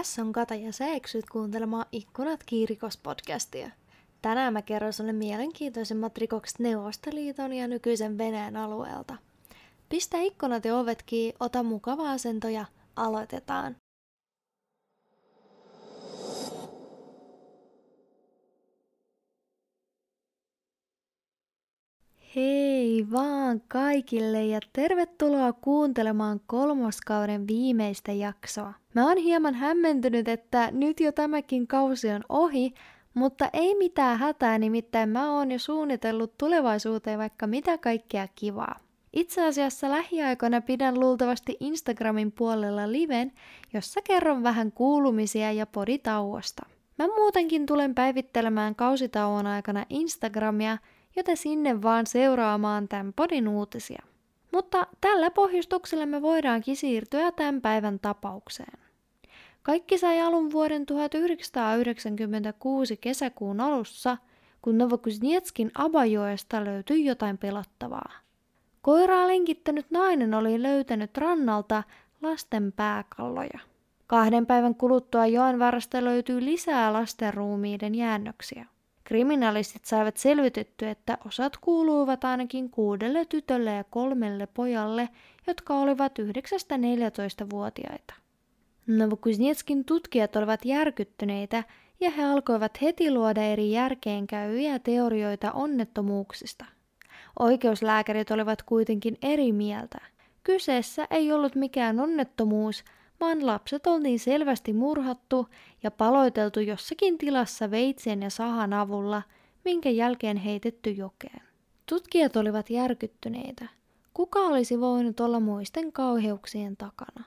Tässä on Kata ja sä eksyt kuuntelemaan Ikkunat kiirikos-podcastia. Tänään mä kerron sulle mielenkiintoisemmat rikokset Neuvostoliiton ja nykyisen Venäjän alueelta. Pistä ikkunat ja ovet kiinni, ota mukava asento ja aloitetaan. Hei vaan kaikille ja tervetuloa kuuntelemaan kolmoskauden viimeistä jaksoa. Mä oon hieman hämmentynyt, että nyt jo tämäkin kausi on ohi, mutta ei mitään hätää, nimittäin mä oon jo suunnitellut tulevaisuuteen vaikka mitä kaikkea kivaa. Itse asiassa lähiaikoina pidän luultavasti Instagramin puolella liven, jossa kerron vähän kuulumisia ja poditauosta. Mä muutenkin tulen päivittelemään kausitauon aikana Instagramia, joten sinne vaan seuraamaan tämän podin uutisia. Mutta tällä pohjustuksella me voidaankin siirtyä tämän päivän tapaukseen. Kaikki sai alun vuoden 1996 kesäkuun alussa, kun Novokuznetskin Abajoesta löytyi jotain pelottavaa. Koiraa lenkittänyt nainen oli löytänyt rannalta lasten pääkalloja. 2 päivän kuluttua joen varresta löytyi lisää lasten ruumiiden jäännöksiä. Kriminalistit saivat selvitettyä, että osat kuuluivat ainakin 6 tytölle ja 3 pojalle, jotka olivat 9-14-vuotiaita. Novokuznetskin tutkijat olivat järkyttyneitä ja he alkoivat heti luoda eri järkeenkäyviä teorioita onnettomuuksista. Oikeuslääkärit olivat kuitenkin eri mieltä. Kyseessä ei ollut mikään onnettomuus, vaan lapset oltiin selvästi murhattu ja paloiteltu jossakin tilassa veitsen ja sahan avulla, minkä jälkeen heitetty jokeen. Tutkijat olivat järkyttyneitä. Kuka olisi voinut olla muisten kauheuksien takana?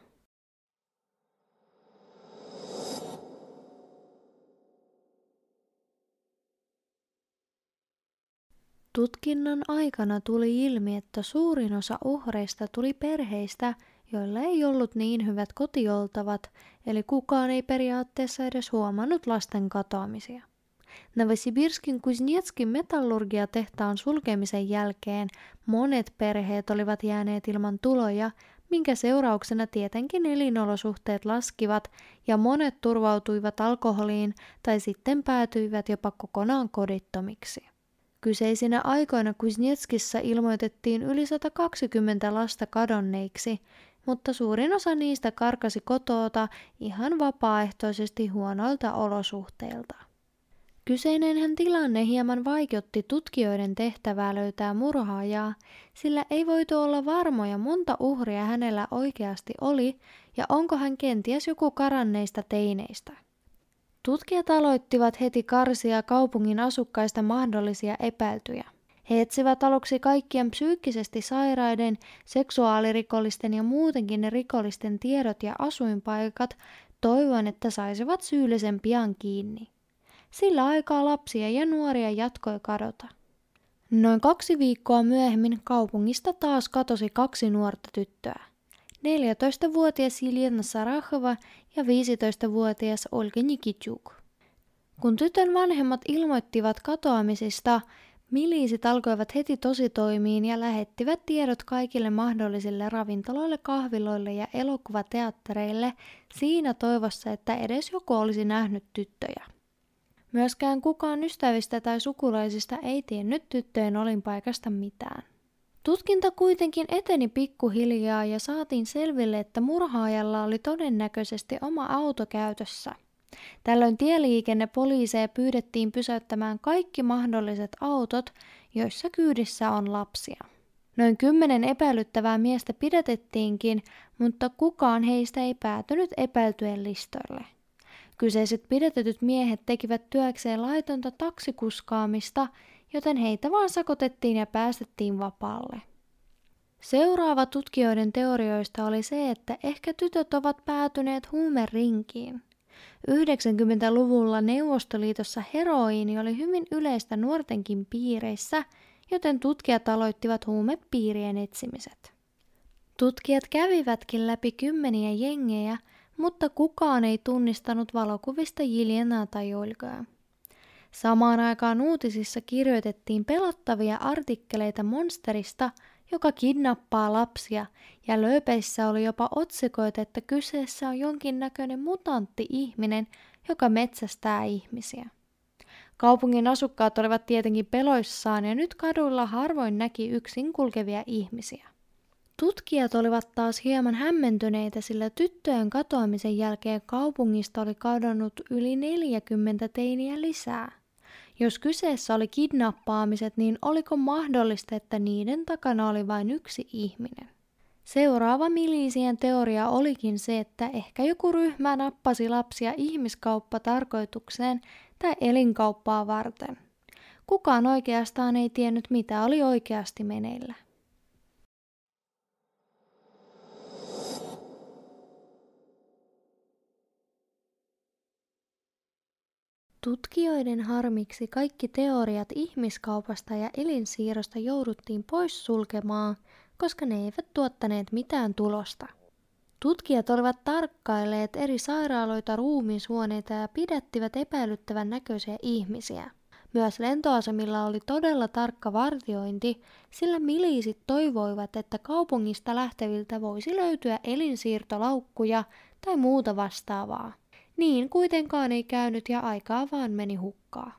Tutkinnan aikana tuli ilmi, että suurin osa uhreista tuli perheistä, joilla ei ollut niin hyvät kotioltavat, eli kukaan ei periaatteessa edes huomannut lasten katoamisia. Novosibirskin Kuznetskin metallurgiatehtaan sulkemisen jälkeen monet perheet olivat jääneet ilman tuloja, minkä seurauksena tietenkin elinolosuhteet laskivat ja monet turvautuivat alkoholiin tai sitten päätyivät jopa kokonaan kodittomiksi. Kyseisinä aikoina Kuznetskissa ilmoitettiin yli 120 lasta kadonneiksi, mutta suurin osa niistä karkasi kotoota ihan vapaaehtoisesti huonoilta olosuhteilta. Kyseinenhän tilanne hieman vaikeutti tutkijoiden tehtävää löytää murhaajaa, sillä ei voitu olla varmoja monta uhria hänellä oikeasti oli ja onko hän kenties joku karanneista teineistä. Tutkijat aloittivat heti karsia kaupungin asukkaista mahdollisia epäiltyjä. He etsivät aluksi kaikkien psyykkisesti sairaiden, seksuaalirikollisten ja muutenkin rikollisten tiedot ja asuinpaikat, toivoen, että saisivat syyllisen pian kiinni. Sillä aikaa lapsia ja nuoria jatkoi kadota. Noin 2 viikkoa myöhemmin kaupungista taas katosi 2 nuorta tyttöä. 14-vuotias Jelena Sarahova ja 15-vuotias Olga Nikitjuk. Kun tytön vanhemmat ilmoittivat katoamisista, miliisit alkoivat heti tositoimiin ja lähettivät tiedot kaikille mahdollisille ravintoloille, kahviloille ja elokuvateattereille siinä toivossa, että edes joku olisi nähnyt tyttöjä. Myöskään kukaan ystävistä tai sukulaisista ei tiennyt tyttöjen olinpaikasta mitään. Tutkinta kuitenkin eteni pikkuhiljaa ja saatiin selville, että murhaajalla oli todennäköisesti oma auto käytössä. Tällöin tieliikennepoliiseja pyydettiin pysäyttämään kaikki mahdolliset autot, joissa kyydissä on lapsia. Noin 10 epäilyttävää miestä pidätettiinkin, mutta kukaan heistä ei päätynyt epäiltyjen listoille. Kyseiset pidätetyt miehet tekivät työkseen laitonta taksikuskaamista, joten heitä vaan sakotettiin ja päästettiin vapaalle. Seuraava tutkijoiden teorioista oli se, että ehkä tytöt ovat päätyneet huumerinkiin. 90-luvulla Neuvostoliitossa heroiini oli hyvin yleistä nuortenkin piireissä, joten tutkijat aloittivat huumepiirien etsimiset. Tutkijat kävivätkin läpi 10 jengejä, mutta kukaan ei tunnistanut valokuvista Jelenaa tai Olgaa. Samaan aikaan uutisissa kirjoitettiin pelottavia artikkeleita monsterista, joka kidnappaa lapsia, ja lööpeissä oli jopa otsikoita, että kyseessä on jonkinnäköinen mutantti ihminen, joka metsästää ihmisiä. Kaupungin asukkaat olivat tietenkin peloissaan ja nyt kaduilla harvoin näki yksin kulkevia ihmisiä. Tutkijat olivat taas hieman hämmentyneitä, sillä tyttöjen katoamisen jälkeen kaupungista oli kadonnut yli 40 teiniä lisää. Jos kyseessä oli kidnappaamiset, niin oliko mahdollista, että niiden takana oli vain yksi ihminen? Seuraava milisien teoria olikin se, että ehkä joku ryhmä nappasi lapsia ihmiskauppatarkoitukseen tai elinkauppaa varten. Kukaan oikeastaan ei tiennyt, mitä oli oikeasti meneillä. Tutkijoiden harmiksi kaikki teoriat ihmiskaupasta ja elinsiirrosta jouduttiin pois sulkemaan, koska ne eivät tuottaneet mitään tulosta. Tutkijat olivat tarkkailleet eri sairaaloita, ruumiinsuoneita ja pidättivät epäilyttävän näköisiä ihmisiä. Myös lentoasemilla oli todella tarkka vartiointi, sillä miliisit toivoivat, että kaupungista lähteviltä voisi löytyä elinsiirtolaukkuja tai muuta vastaavaa. Niin kuitenkaan ei käynyt ja aikaa vaan meni hukkaan.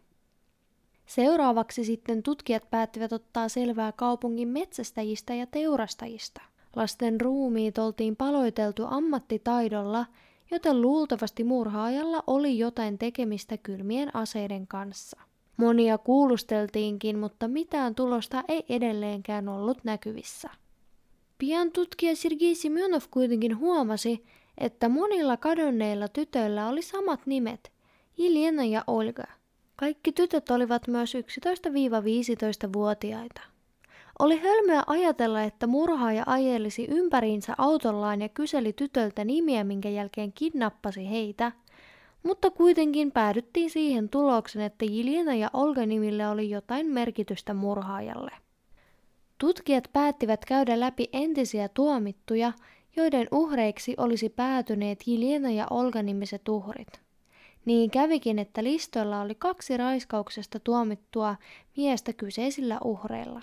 Seuraavaksi sitten tutkijat päättivät ottaa selvää kaupungin metsästäjistä ja teurastajista. Lasten ruumiit oltiin paloiteltu ammattitaidolla, joten luultavasti murhaajalla oli jotain tekemistä kylmien aseiden kanssa. Monia kuulusteltiinkin, mutta mitään tulosta ei edelleenkään ollut näkyvissä. Pian tutkija Sergei Semyonov kuitenkin huomasi, että monilla kadonneilla tytöillä oli samat nimet, Jelena ja Olga. Kaikki tytöt olivat myös 11–15-vuotiaita. Oli hölmöä ajatella, että murhaaja ajelisi ympäriinsä autollaan ja kyseli tytöltä nimiä, minkä jälkeen kidnappasi heitä, mutta kuitenkin päädyttiin siihen tulokseen, että Jelena ja Olga nimillä oli jotain merkitystä murhaajalle. Tutkijat päättivät käydä läpi entisiä tuomittuja, joiden uhreiksi olisi päätyneet Jelena ja Olga-nimiset uhrit. Niin kävikin, että listoilla oli 2 raiskauksesta tuomittua miestä kyseisillä uhreilla.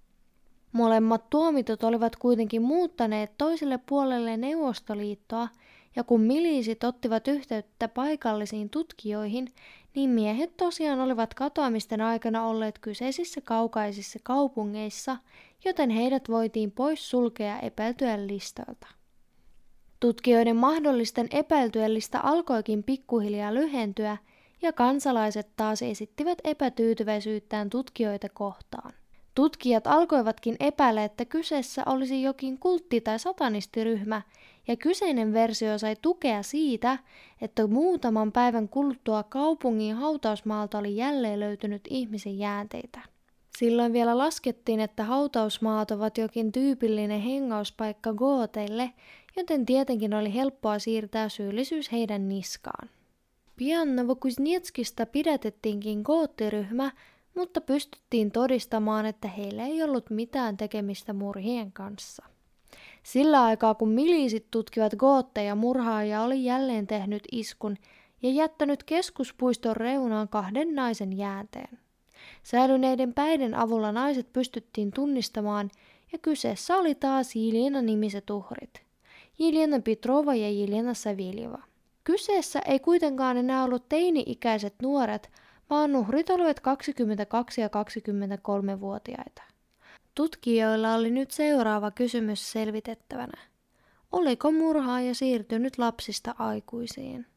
Molemmat tuomitut olivat kuitenkin muuttaneet toiselle puolelle Neuvostoliittoa, ja kun miliisit ottivat yhteyttä paikallisiin tutkijoihin, niin miehet tosiaan olivat katoamisten aikana olleet kyseisissä kaukaisissa kaupungeissa, joten heidät voitiin pois sulkea epäiltyjen listalta. Tutkijoiden mahdollisten epäiltyjen lista alkoikin pikkuhiljaa lyhentyä, ja kansalaiset taas esittivät epätyytyväisyyttään tutkijoita kohtaan. Tutkijat alkoivatkin epäillä, että kyseessä olisi jokin kultti- tai satanistiryhmä, ja kyseinen versio sai tukea siitä, että muutaman päivän kuluttua kaupungin hautausmaalta oli jälleen löytynyt ihmisen jäänteitä. Silloin vielä laskettiin, että hautausmaat ovat jokin tyypillinen hengauspaikka gooteille, joten tietenkin oli helppoa siirtää syyllisyys heidän niskaan. Pian Novokuznetskista pidätettiinkin goottiryhmä, mutta pystyttiin todistamaan, että heillä ei ollut mitään tekemistä murhien kanssa. Sillä aikaa kun miliisit tutkivat gootteja, murhaaja oli jälleen tehnyt iskun ja jättänyt keskuspuiston reunaan 2 naisen jäänteen. Säilyneiden päiden avulla naiset pystyttiin tunnistamaan ja kyseessä oli taas Jelena-nimiset uhrit. Jelena Petrova ja Jelena Saveljeva. Kyseessä ei kuitenkaan enää ollut teini-ikäiset nuoret, vaan uhrit olivat 22- ja 23-vuotiaita. Tutkijoilla oli nyt seuraava kysymys selvitettävänä. Oliko murhaaja siirtynyt lapsista aikuisiin?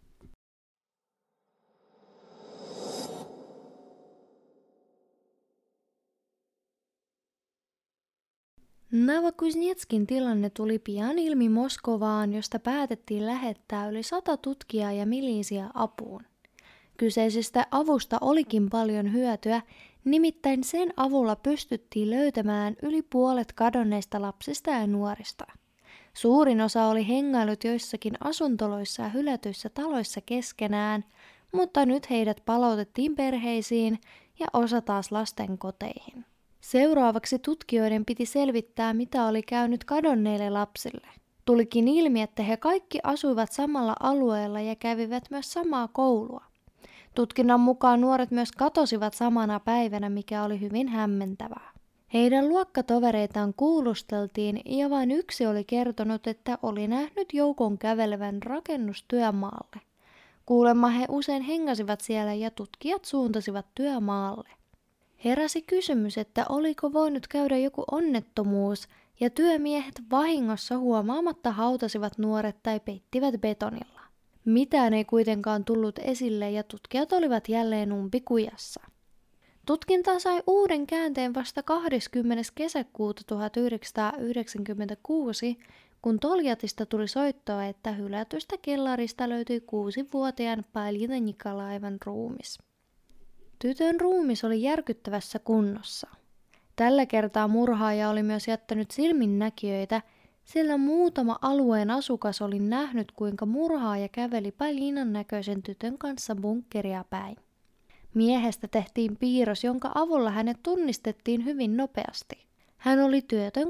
Novokuznetskin tilanne tuli pian ilmi Moskovaan, josta päätettiin lähettää yli 100 tutkijaa ja miliisiä apuun. Kyseisestä avusta olikin paljon hyötyä, nimittäin sen avulla pystyttiin löytämään yli puolet kadonneista lapsista ja nuorista. Suurin osa oli hengailut joissakin asuntoloissa ja hylätyissä taloissa keskenään, mutta nyt heidät palautettiin perheisiin ja osa taas lasten koteihin. Seuraavaksi tutkijoiden piti selvittää, mitä oli käynyt kadonneille lapsille. Tulikin ilmi, että he kaikki asuivat samalla alueella ja kävivät myös samaa koulua. Tutkinnan mukaan nuoret myös katosivat samana päivänä, mikä oli hyvin hämmentävää. Heidän luokkatovereitaan kuulusteltiin ja vain yksi oli kertonut, että oli nähnyt joukon kävelevän rakennustyömaalle. Kuulemma he usein hengasivat siellä ja tutkijat suuntasivat työmaalle. Heräsi kysymys, että oliko voinut käydä joku onnettomuus ja työmiehet vahingossa huomaamatta hautasivat nuoret tai peittivät betonilla. Mitään ei kuitenkaan tullut esille ja tutkijat olivat jälleen umpikujassa. Tutkinta sai uuden käänteen vasta 20. kesäkuuta 1996, kun Toljatista tuli soittoa, että hylätystä kellarista löytyi 6-vuotiaan Palina Nikolaevan ruumis. Tytön ruumis oli järkyttävässä kunnossa. Tällä kertaa murhaaja oli myös jättänyt silminnäkijöitä, sillä muutama alueen asukas oli nähnyt, kuinka murhaaja käveli Palinan näköisen tytön kanssa bunkkeria päin. Miehestä tehtiin piirros, jonka avulla hänet tunnistettiin hyvin nopeasti. Hän oli työtön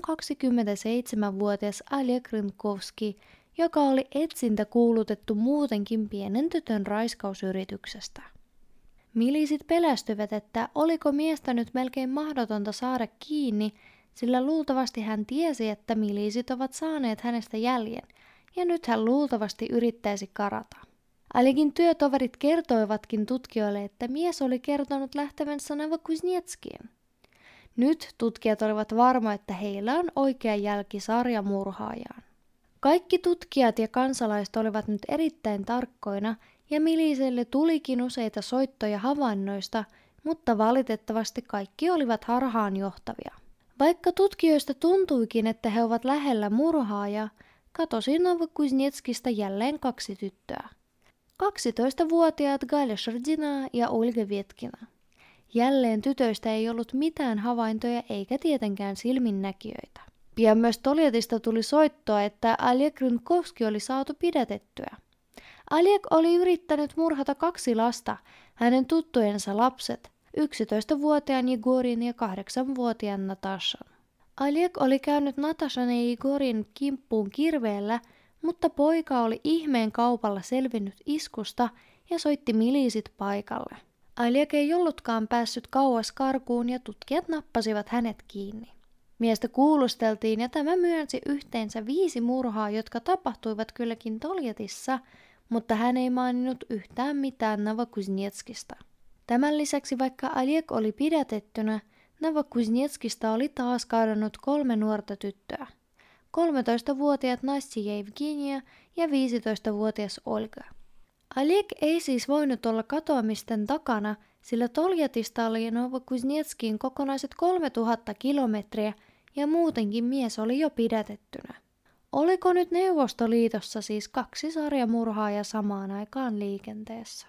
27-vuotias Oleg Rymkovski, joka oli etsintä kuulutettu muutenkin pienen tytön raiskausyrityksestä. Miliisit pelästyivät, että oliko miestä nyt melkein mahdotonta saada kiinni, sillä luultavasti hän tiesi, että miliisit ovat saaneet hänestä jäljen, ja nyt hän luultavasti yrittäisi karata. Olegin työtoverit kertoivatkin tutkijoille, että mies oli kertonut lähtevänsä Novokuznetskiin. Nyt tutkijat olivat varmoja, että heillä on oikea jälki sarjamurhaajaan. Kaikki tutkijat ja kansalaiset olivat nyt erittäin tarkkoina, ja miliisille tulikin useita soittoja havainnoista, mutta valitettavasti kaikki olivat harhaanjohtavia. Vaikka tutkijoista tuntuikin, että he ovat lähellä murhaajaa, katosi Novokuznetskista jälleen 2 tyttöä. 12-vuotiaat Galia Shardina ja Olga Vetkina. Jälleen tytöistä ei ollut mitään havaintoja eikä tietenkään silminnäkijöitä. Pian myös Toljatista tuli soittoa, että Oleg Rymkovski oli saatu pidätettyä. Oleg oli yrittänyt murhata 2 lasta, hänen tuttujensa lapset, 11-vuotiaan Igorin ja 8-vuotiaan Natashan. Oleg oli käynyt Natashan ja Igorin kimppuun kirveellä, mutta poika oli ihmeen kaupalla selvinnyt iskusta ja soitti miliisit paikalle. Oleg ei ollutkaan päässyt kauas karkuun ja tutkijat nappasivat hänet kiinni. Miestä kuulusteltiin ja tämä myönsi yhteensä 5 murhaa, jotka tapahtuivat kylläkin Toljatissa, mutta hän ei maininnut yhtään mitään Novokuznetskista. Tämän lisäksi vaikka Oleg oli pidätettynä, Novokuznetskista oli taas kadonnut 3 nuorta tyttöä. 13-vuotiaat Nastya Evgenia ja 15-vuotias Olga. Oleg ei siis voinut olla katoamisten takana, sillä Toljatista oli Novokuznetskiin kokonaiset 3000 kilometriä ja muutenkin mies oli jo pidätettynä. Oliko nyt Neuvostoliitossa siis 2 sarjamurhaajaa samaan aikaan liikenteessä?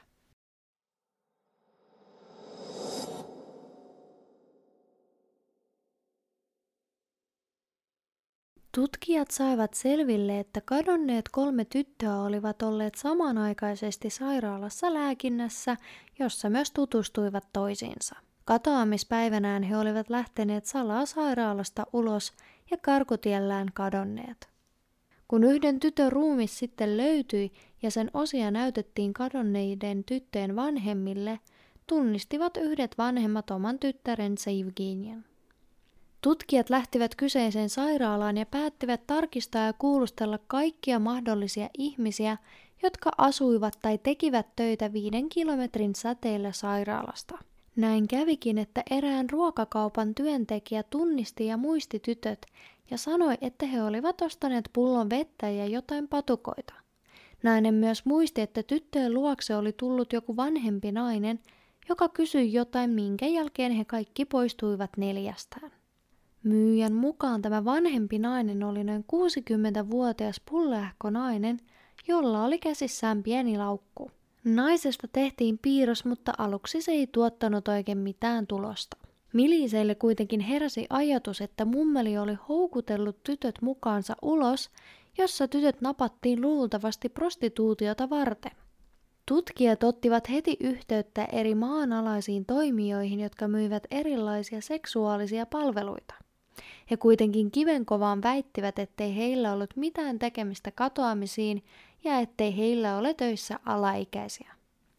Tutkijat saivat selville, että kadonneet 3 tyttöä olivat olleet samanaikaisesti sairaalassa lääkinnässä, jossa myös tutustuivat toisiinsa. Katoamispäivänään he olivat lähteneet salaa sairaalasta ulos ja karkutiellään kadonneet. Kun yhden tytön ruumis sitten löytyi ja sen osia näytettiin kadonneiden tyttöjen vanhemmille, tunnistivat yhdet vanhemmat oman tyttärensä Evgenian. Tutkijat lähtivät kyseiseen sairaalaan ja päättivät tarkistaa ja kuulustella kaikkia mahdollisia ihmisiä, jotka asuivat tai tekivät töitä 5 kilometrin säteellä sairaalasta. Näin kävikin, että erään ruokakaupan työntekijä tunnisti ja muisti tytöt ja sanoi, että he olivat ostaneet pullon vettä ja jotain patukoita. Nainen myös muisti, että tyttöjen luokse oli tullut joku vanhempi nainen, joka kysyi jotain, minkä jälkeen he kaikki poistuivat 4. Myyjän mukaan tämä vanhempi nainen oli noin 60-vuotias pulleähko nainen, jolla oli käsissään pieni laukku. Naisesta tehtiin piirros, mutta aluksi se ei tuottanut oikein mitään tulosta. Miliiseille kuitenkin heräsi ajatus, että mummeli oli houkutellut tytöt mukaansa ulos, jossa tytöt napattiin luultavasti prostituutiota varten. Tutkijat ottivat heti yhteyttä eri maanalaisiin toimijoihin, jotka myivät erilaisia seksuaalisia palveluita. He kuitenkin kivenkovaan väittivät, ettei heillä ollut mitään tekemistä katoamisiin ja ettei heillä ole töissä alaikäisiä.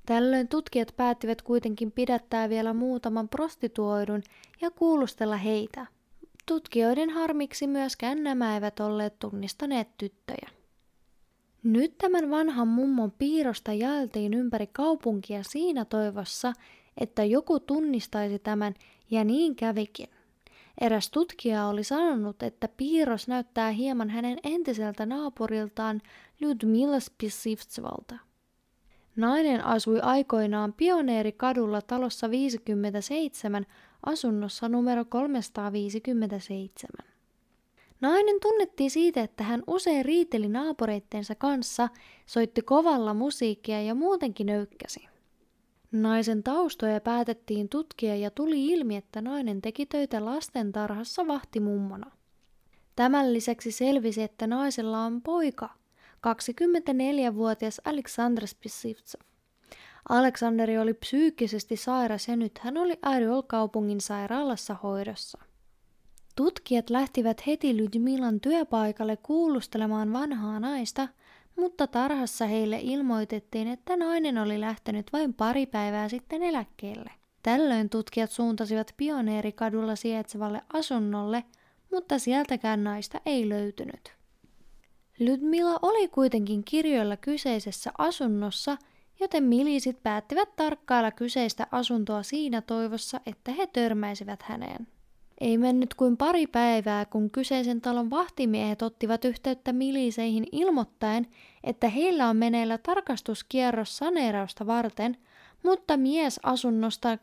Tällöin tutkijat päättivät kuitenkin pidättää vielä muutaman prostituoidun ja kuulustella heitä. Tutkijoiden harmiksi myöskään nämä eivät olleet tunnistaneet tyttöjä. Nyt tämän vanhan mummon piirrosta jaeltiin ympäri kaupunkia siinä toivossa, että joku tunnistaisi tämän, ja niin kävikin. Eräs tutkija oli sanonut, että piirros näyttää hieman hänen entiseltä naapuriltaan Ljudmila Spisivtsevalta. Nainen asui aikoinaan Pioneerikadulla talossa 57 asunnossa numero 357. Nainen tunnettiin siitä, että hän usein riiteli naapureittensa kanssa, soitti kovalla musiikkia ja muutenkin öykkäsi. Naisen taustoja päätettiin tutkia ja tuli ilmi, että nainen teki töitä lastentarhassa vahtimummona. Tämän lisäksi selvisi, että naisella on poika, 24-vuotias Aleksandr Spisivtsev. Aleksanderi oli psyykkisesti sairas ja nyt hän oli Ariol-kaupungin sairaalassa hoidossa. Tutkijat lähtivät heti Ljudmilan työpaikalle kuulustelemaan vanhaa naista, mutta tarhassa heille ilmoitettiin, että nainen oli lähtenyt vain pari päivää sitten eläkkeelle. Tällöin tutkijat suuntasivat Pioneerikadulla sijaitsevalle asunnolle, mutta sieltäkään naista ei löytynyt. Ljudmila oli kuitenkin kirjoilla kyseisessä asunnossa, joten miliisit päättivät tarkkailla kyseistä asuntoa siinä toivossa, että he törmäisivät häneen. Ei mennyt kuin pari päivää, kun kyseisen talon vahtimiehet ottivat yhteyttä miliiseihin ilmoittaen, että heillä on meneillä tarkastuskierros saneerausta varten, mutta mies asunnosta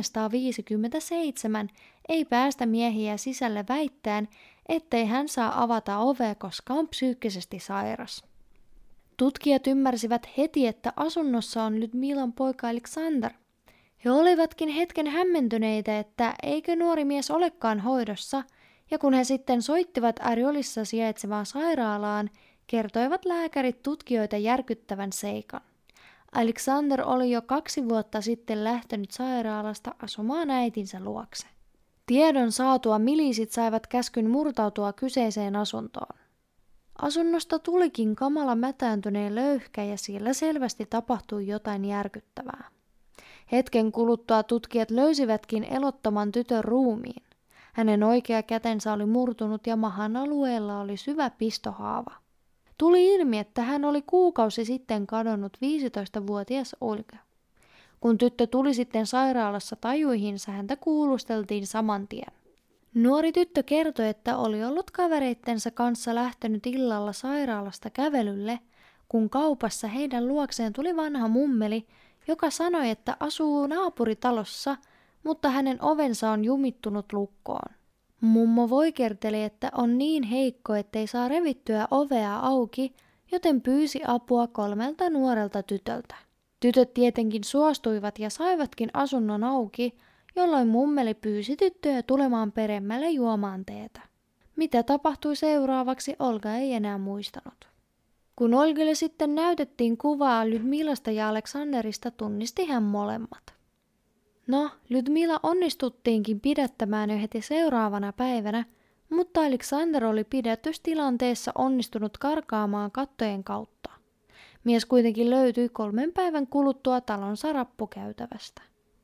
357 ei päästä miehiä sisälle väittäen, ettei hän saa avata ovea, koska on psyykkisesti sairas. Tutkijat ymmärsivät heti, että asunnossa on Ljudmilan poika Aleksandr. He olivatkin hetken hämmentyneitä, että eikö nuori mies olekaan hoidossa, ja kun he sitten soittivat Ariolissa sijaitsevaan sairaalaan, kertoivat lääkärit tutkijoita järkyttävän seikan. Aleksandr oli jo 2 vuotta sitten lähtenyt sairaalasta asumaan äitinsä luokse. Tiedon saatua miliisit saivat käskyn murtautua kyseiseen asuntoon. Asunnosta tulikin kamala mätääntyneen löyhkä ja siellä selvästi tapahtui jotain järkyttävää. Hetken kuluttua tutkijat löysivätkin elottoman tytön ruumiin. Hänen oikea kätensä oli murtunut ja mahan alueella oli syvä pistohaava. Tuli ilmi, että hän oli kuukausi sitten kadonnut 15-vuotias Olga. Kun tyttö tuli sitten sairaalassa tajuihinsa, häntä kuulusteltiin saman tien. Nuori tyttö kertoi, että oli ollut kavereittensa kanssa lähtenyt illalla sairaalasta kävelylle, kun kaupassa heidän luokseen tuli vanha mummeli, joka sanoi, että asuu naapuritalossa, mutta hänen ovensa on jumittunut lukkoon. Mummo voikerteli, että on niin heikko, ettei saa revittyä ovea auki, joten pyysi apua 3 nuorelta tytöltä. Tytöt tietenkin suostuivat ja saivatkin asunnon auki, jolloin mummeli pyysi tyttöjä tulemaan peremmälle juomaan teetä. Mitä tapahtui seuraavaksi, Olga ei enää muistanut. Kun Olgalle sitten näytettiin kuvaa Ljudmilasta ja Aleksanderista, tunnisti hän molemmat. No, Ljudmila onnistuttiinkin pidättämään jo heti seuraavana päivänä, mutta Aleksandr oli pidätystilanteessa onnistunut karkaamaan kattojen kautta. Mies kuitenkin löytyi 3 päivän kuluttua talonsa rappukäytävästä.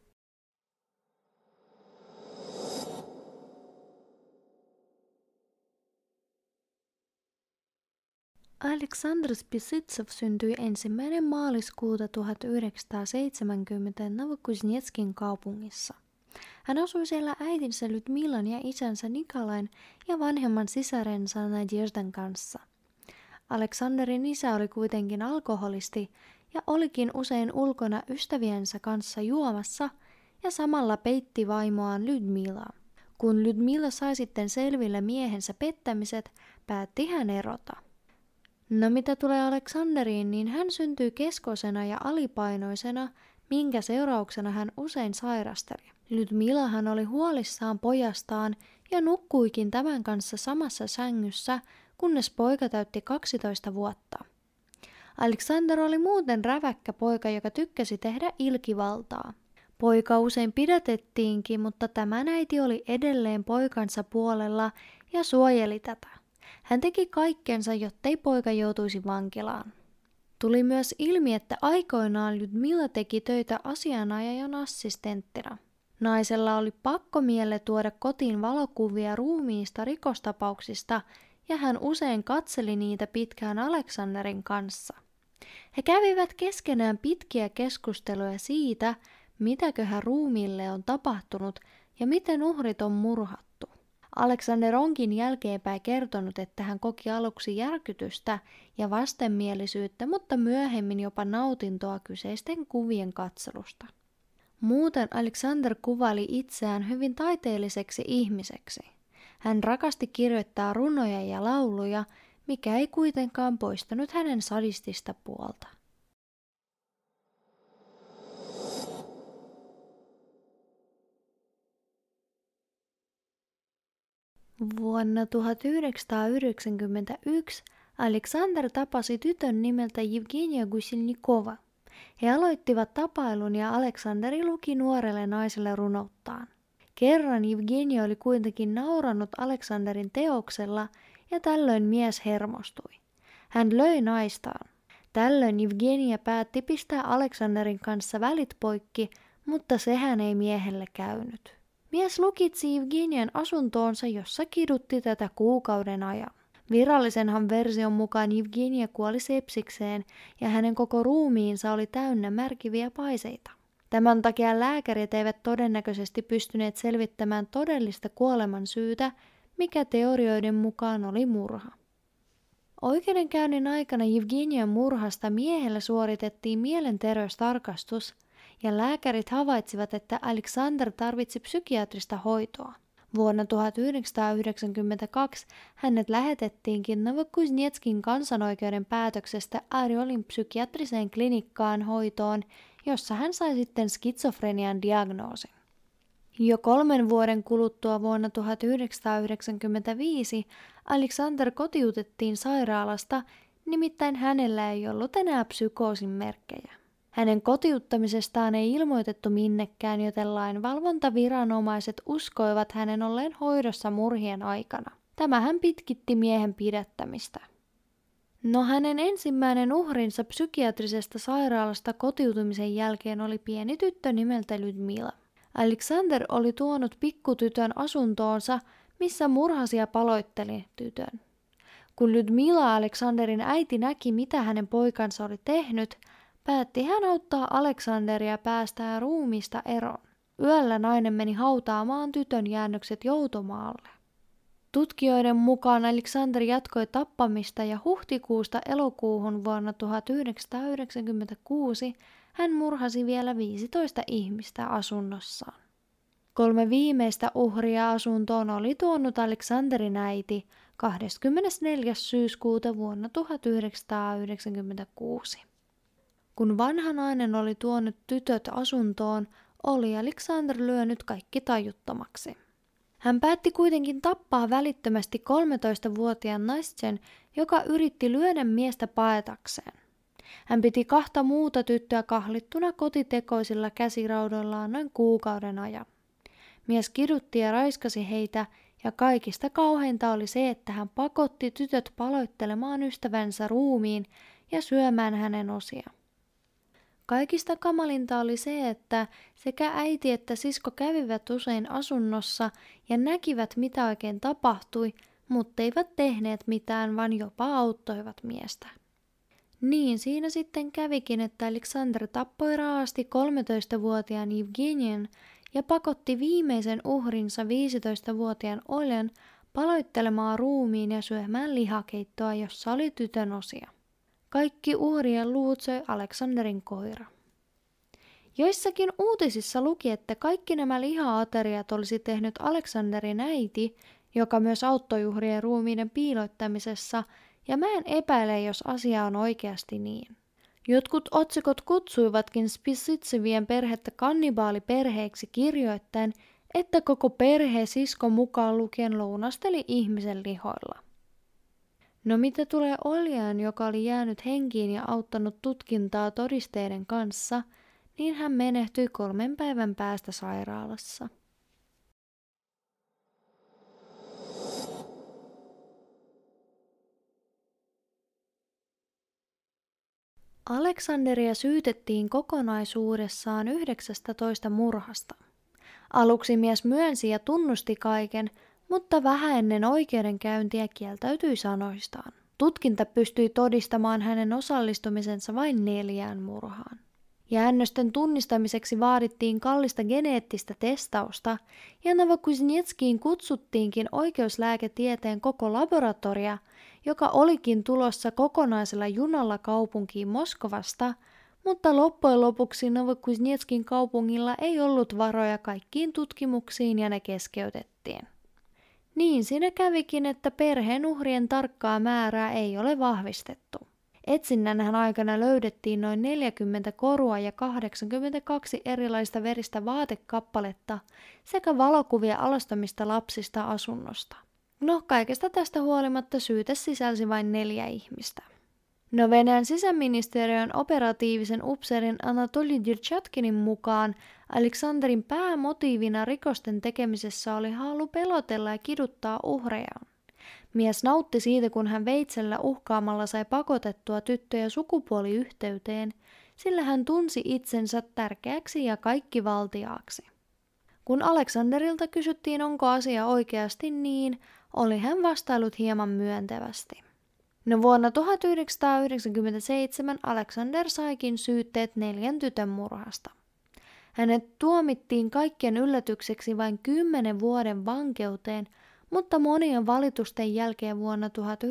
Aleksandr Spisivtsev syntyi 1. maaliskuuta 1970 Novokuznetskin kaupungissa. Hän asui siellä äitinsä Ljudmilan ja isänsä Nikolain ja vanhemman sisarensa Nadezhdan kanssa. Aleksanderin isä oli kuitenkin alkoholisti ja olikin usein ulkona ystäviensä kanssa juomassa ja samalla peitti vaimoaan Ljudmilaa. Kun Ljudmila sai sitten selville miehensä pettämiset, päätti hän erota. No mitä tulee Aleksanderiin, niin hän syntyi keskosena ja alipainoisena, minkä seurauksena hän usein sairasteli. Ljudmilahan oli huolissaan pojastaan ja nukkuikin tämän kanssa samassa sängyssä, kunnes poika täytti 12 vuotta. Aleksandr oli muuten räväkkä poika, joka tykkäsi tehdä ilkivaltaa. Poika usein pidätettiinkin, mutta tämä äiti oli edelleen poikansa puolella ja suojeli tätä. Hän teki kaikkensa, jottei poika joutuisi vankilaan. Tuli myös ilmi, että aikoinaan Ljudmila teki töitä asianajajan assistenttina. Naisella oli pakkomielle tuoda kotiin valokuvia ruumiista rikostapauksista ja hän usein katseli niitä pitkään Aleksanderin kanssa. He kävivät keskenään pitkiä keskusteluja siitä, mitäköhän ruumiille on tapahtunut ja miten uhrit on murhattu. Aleksander onkin jälkeenpäin kertonut, että hän koki aluksi järkytystä ja vastenmielisyyttä, mutta myöhemmin jopa nautintoa kyseisten kuvien katselusta. Muuten Aleksander kuvaili itseään hyvin taiteelliseksi ihmiseksi. Hän rakasti kirjoittaa runoja ja lauluja, mikä ei kuitenkaan poistanut hänen sadistista puolta. Vuonna 1991 Aleksander tapasi tytön nimeltä Evgenia Gusilnikova. He aloittivat tapailun ja Aleksanderi luki nuorelle naiselle runouttaan. Kerran Evgenia oli kuitenkin naurannut Aleksanderin teoksella ja tällöin mies hermostui. Hän löi naistaan. Tällöin Evgenia päätti pistää Aleksanderin kanssa välit poikki, mutta sehän ei miehelle käynyt. Mies lukitsi Evgenian asuntoonsa, jossa kidutti tätä kuukauden ajan. Virallisenhan version mukaan Evgenia kuoli sepsikseen ja hänen koko ruumiinsa oli täynnä märkiviä paiseita. Tämän takia lääkärit eivät todennäköisesti pystyneet selvittämään todellista kuoleman syytä, mikä teorioiden mukaan oli murha. Oikeudenkäynnin aikana Evgenian murhasta miehellä suoritettiin mielenterveystarkastus ja lääkärit havaitsivat, että Aleksander tarvitsi psykiatrista hoitoa. Vuonna 1992 hänet lähetettiinkin Novokuznetskin kansanoikeuden päätöksestä Ariolin psykiatriseen klinikkaan hoitoon, jossa hän sai sitten skitsofrenian diagnoosin. Jo 3 vuoden kuluttua vuonna 1995 Aleksander kotiutettiin sairaalasta, nimittäin hänellä ei ollut enää psykoosin merkkejä. Hänen kotiuttamisestaan ei ilmoitettu minnekään, joten lainvalvontaviranomaiset uskoivat hänen olleen hoidossa murhien aikana. Tämähän pitkitti miehen pidättämistä. No hänen ensimmäinen uhrinsa psykiatrisesta sairaalasta kotiutumisen jälkeen oli pieni tyttö nimeltä Ljudmila. Aleksander oli tuonut pikkutytön asuntoonsa, missä murhasi ja paloitteli tytön. Kun Ljudmila, Aleksanderin äiti, näki mitä hänen poikansa oli tehnyt, päätti hän auttaa Aleksanderia päästään ruumiista eroon. Yöllä nainen meni hautaamaan tytön jäännökset joutomaalle. Tutkijoiden mukaan Aleksander jatkoi tappamista ja huhtikuusta elokuuhun vuonna 1996 hän murhasi vielä 15 ihmistä asunnossaan. 3 viimeistä uhria asuntoon oli tuonut Aleksanderin äiti 24. syyskuuta vuonna 1996. Kun vanha nainen oli tuonut tytöt asuntoon, oli Aleksander lyönyt kaikki tajuttomaksi. Hän päätti kuitenkin tappaa välittömästi 13-vuotiaan Nastyan, joka yritti lyödä miestä paetakseen. Hän piti 2 muuta tyttöä kahlittuna kotitekoisilla käsiraudoillaan noin kuukauden ajan. Mies kidutti ja raiskasi heitä, ja kaikista kauheinta oli se, että hän pakotti tytöt paloittelemaan ystävänsä ruumiin ja syömään hänen osia. Kaikista kamalinta oli se, että sekä äiti että sisko kävivät usein asunnossa ja näkivät mitä oikein tapahtui, mutta eivät tehneet mitään, vaan jopa auttoivat miestä. Niin siinä sitten kävikin, että Aleksander tappoi raasti 13-vuotiaan Evgenian ja pakotti viimeisen uhrinsa 15-vuotiaan Oljan paloittelemaan ruumiin ja syömään lihakeittoa, jossa oli tytön osia. Kaikki uhrien luut söi Aleksanderin koira. Joissakin uutisissa luki, että kaikki nämä liha-ateriat olisi tehnyt Aleksanderin äiti, joka myös auttoi uhrien ruumiiden piilottamisessa, ja mä en epäile, jos asia on oikeasti niin. Jotkut otsikot kutsuivatkin Spissitsevien perhettä kannibaaliperheeksi kirjoittaen, että koko perhe sisko mukaan lukien lounasteli ihmisen lihoilla. No mitä tulee Oljaan, joka oli jäänyt henkiin ja auttanut tutkintaa todisteiden kanssa, niin hän menehtyi 3 päivän päästä sairaalassa. Aleksanderia syytettiin kokonaisuudessaan 19 murhasta. Aluksi mies myönsi ja tunnusti kaiken, mutta vähän ennen oikeudenkäyntiä kieltäytyi sanoistaan. Tutkinta pystyi todistamaan hänen osallistumisensa vain 4 murhaan. Jäännösten tunnistamiseksi vaadittiin kallista geneettistä testausta, ja Novokuznetskiin kutsuttiinkin oikeuslääketieteen koko laboratoria, joka olikin tulossa kokonaisella junalla kaupunkiin Moskovasta, mutta loppujen lopuksi Novokuznetskin kaupungilla ei ollut varoja kaikkiin tutkimuksiin ja ne keskeytettiin. Niin siinä kävikin, että perheen uhrien tarkkaa määrää ei ole vahvistettu. Etsinnän aikana löydettiin noin 40 korua ja 82 erilaista veristä vaatekappaletta sekä valokuvia alastomista lapsista asunnosta. No, kaikesta tästä huolimatta syyte sisälsi vain 4 ihmistä. No, Venäjän sisäministeriön operatiivisen upseerin Anatoli Dyrchatkinin mukaan Aleksanderin päämotiivina rikosten tekemisessä oli halu pelotella ja kiduttaa uhrejaan. Mies nautti siitä, kun hän veitsellä uhkaamalla sai pakotettua tyttöjä sukupuoliyhteyteen, sillä hän tunsi itsensä tärkeäksi ja kaikkivaltiaaksi. Kun Aleksanderilta kysyttiin, onko asia oikeasti niin, oli hän vastaillut hieman myöntävästi. No, vuonna 1997 Aleksander saikin syytteet 4 tytön murhasta. Hänet tuomittiin kaikkien yllätykseksi vain 10 vuoden vankeuteen, mutta monien valitusten jälkeen vuonna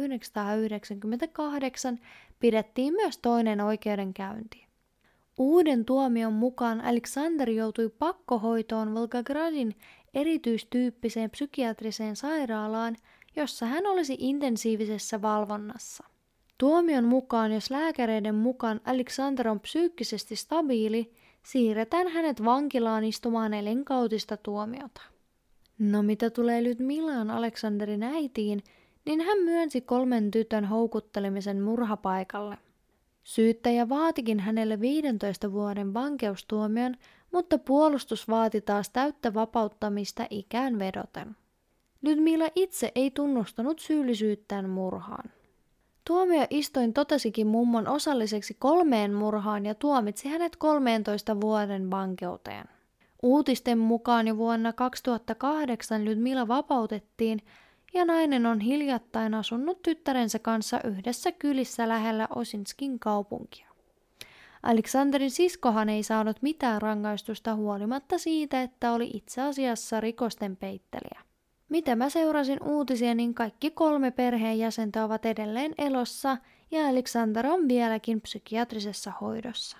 1998 pidettiin myös toinen oikeudenkäynti. Uuden tuomion mukaan Aleksander joutui pakkohoitoon Volgogradin erityistyyppiseen psykiatriseen sairaalaan, jossa hän olisi intensiivisessä valvonnassa. Tuomion mukaan, jos lääkäreiden mukaan Aleksander on psyykkisesti stabiili, siirretään hänet vankilaan istumaan elinkautista tuomiota. No, mitä tulee Ljudmilaan, Aleksanderin äitiin, niin hän myönsi 3 tytön houkuttelemisen murhapaikalle. Syyttäjä vaatikin hänelle 15 vuoden vankeustuomion, mutta puolustus vaati taas täyttä vapauttamista ikään vedoten. Ljudmila itse ei tunnustanut syyllisyyttään murhaan. Tuomioistuin totesikin mummon osalliseksi 3 murhaan ja tuomitsi hänet 13 vuoden vankeuteen. Uutisten mukaan jo vuonna 2008 Ljudmila vapautettiin ja nainen on hiljattain asunut tyttärensä kanssa yhdessä kylissä lähellä Osinskin kaupunkia. Aleksanderin siskohan ei saanut mitään rangaistusta huolimatta siitä, että oli itse asiassa rikosten peittelijä. Mitä mä seurasin uutisia, niin kaikki 3 perheenjäsentä ovat edelleen elossa ja Aleksander on vieläkin psykiatrisessa hoidossa.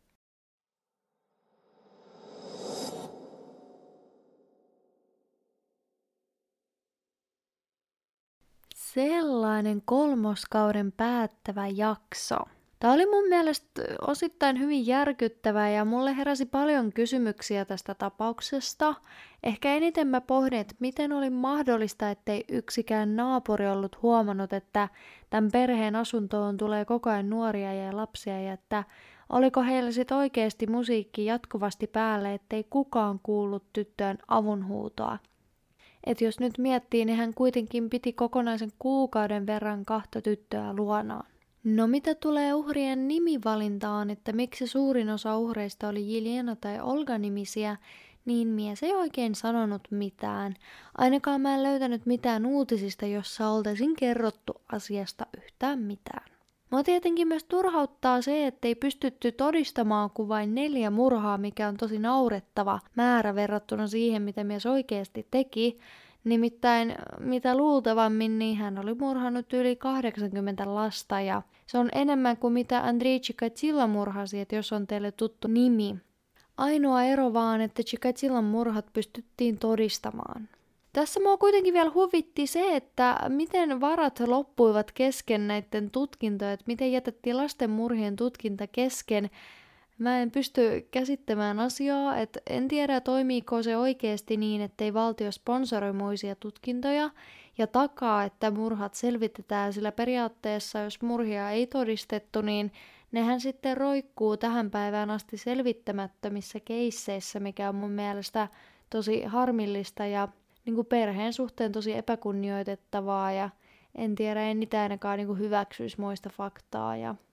Sellainen 3. kauden päättävä jakso. Tämä oli mun mielestä osittain hyvin järkyttävä ja mulle heräsi paljon kysymyksiä tästä tapauksesta. Ehkä eniten mä pohdin, että miten oli mahdollista, ettei yksikään naapuri ollut huomannut, että tämän perheen asuntoon tulee koko ajan nuoria ja lapsia ja että oliko heillä sitten oikeasti musiikki jatkuvasti päälle, ettei kukaan kuullut tyttöön avunhuutoa. Et jos nyt miettii, niin hän kuitenkin piti kokonaisen kuukauden verran 2 tyttöä luonaan. No, mitä tulee uhrien nimivalintaan, että miksi suurin osa uhreista oli Jelena tai Olga-nimisiä, niin mies ei oikein sanonut mitään. Ainakaan mä en löytänyt mitään uutisista, jossa oltaisiin kerrottu asiasta yhtään mitään. Mua tietenkin myös turhauttaa se, ettei pystytty todistamaan kuin vain 4 murhaa, mikä on tosi naurettava määrä verrattuna siihen, mitä mies oikeasti teki. Nimittäin mitä luultavammin, niin hän oli murhannut yli 80 lasta ja se on enemmän kuin mitä Andrei Chikatila murhasi, että jos on teille tuttu nimi. Ainoa ero vaan, että Chikatilan murhat pystyttiin todistamaan. Tässä mua kuitenkin vielä huvitti se, että miten varat loppuivat kesken näiden tutkintoja, että miten jätettiin lasten murhien tutkinta kesken. Mä en pysty käsittämään asiaa, että en tiedä toimiiko se oikeasti niin, ettei valtio sponsoroi muisia tutkintoja ja takaa, että murhat selvitetään, sillä periaatteessa jos murhia ei todistettu, niin nehän sitten roikkuu tähän päivään asti selvittämättömissä keisseissä, mikä on mun mielestä tosi harmillista ja niin kuin perheen suhteen tosi epäkunnioitettavaa ja en tiedä, en niitä ainakaan niin kuin hyväksyisi moista faktaa. Ja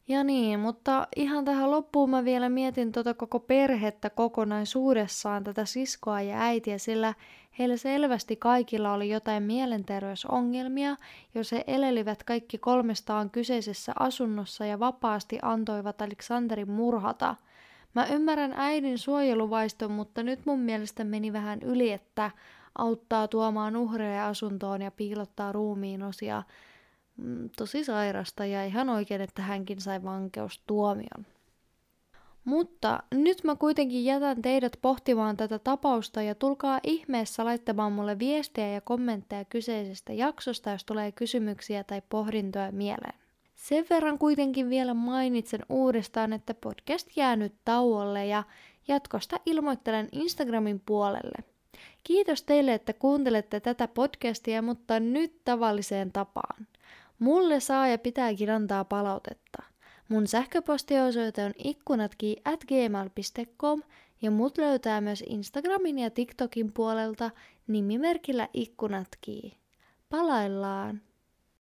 Ja niin, mutta ihan tähän loppuun mä vielä mietin koko perhettä kokonaisuudessaan, tätä siskoa ja äitiä, sillä heillä selvästi kaikilla oli jotain mielenterveysongelmia, jos he elelivät kaikki kolmestaan kyseisessä asunnossa ja vapaasti antoivat Aleksanterin murhata. Mä ymmärrän äidin suojeluvaiston, mutta nyt mun mielestä meni vähän yli, että auttaa tuomaan uhreja asuntoon ja piilottaa ruumiin osia. Tosi sairasta ja ihan oikein, että hänkin sai vankeustuomion. Mutta nyt mä kuitenkin jätän teidät pohtimaan tätä tapausta ja tulkaa ihmeessä laittamaan mulle viestejä ja kommentteja kyseisestä jaksosta, jos tulee kysymyksiä tai pohdintoja mieleen. Sen verran kuitenkin vielä mainitsen uudestaan, että podcast jää nyt tauolle ja jatkosta ilmoittelen Instagramin puolelle. Kiitos teille, että kuuntelette tätä podcastia, mutta nyt tavalliseen tapaan. Mulle saa ja pitääkin antaa palautetta. Mun sähköpostiosoite on ikkunatki@gmail.com ja mut löytää myös Instagramin ja TikTokin puolelta nimimerkillä ikkunatki. Palaillaan!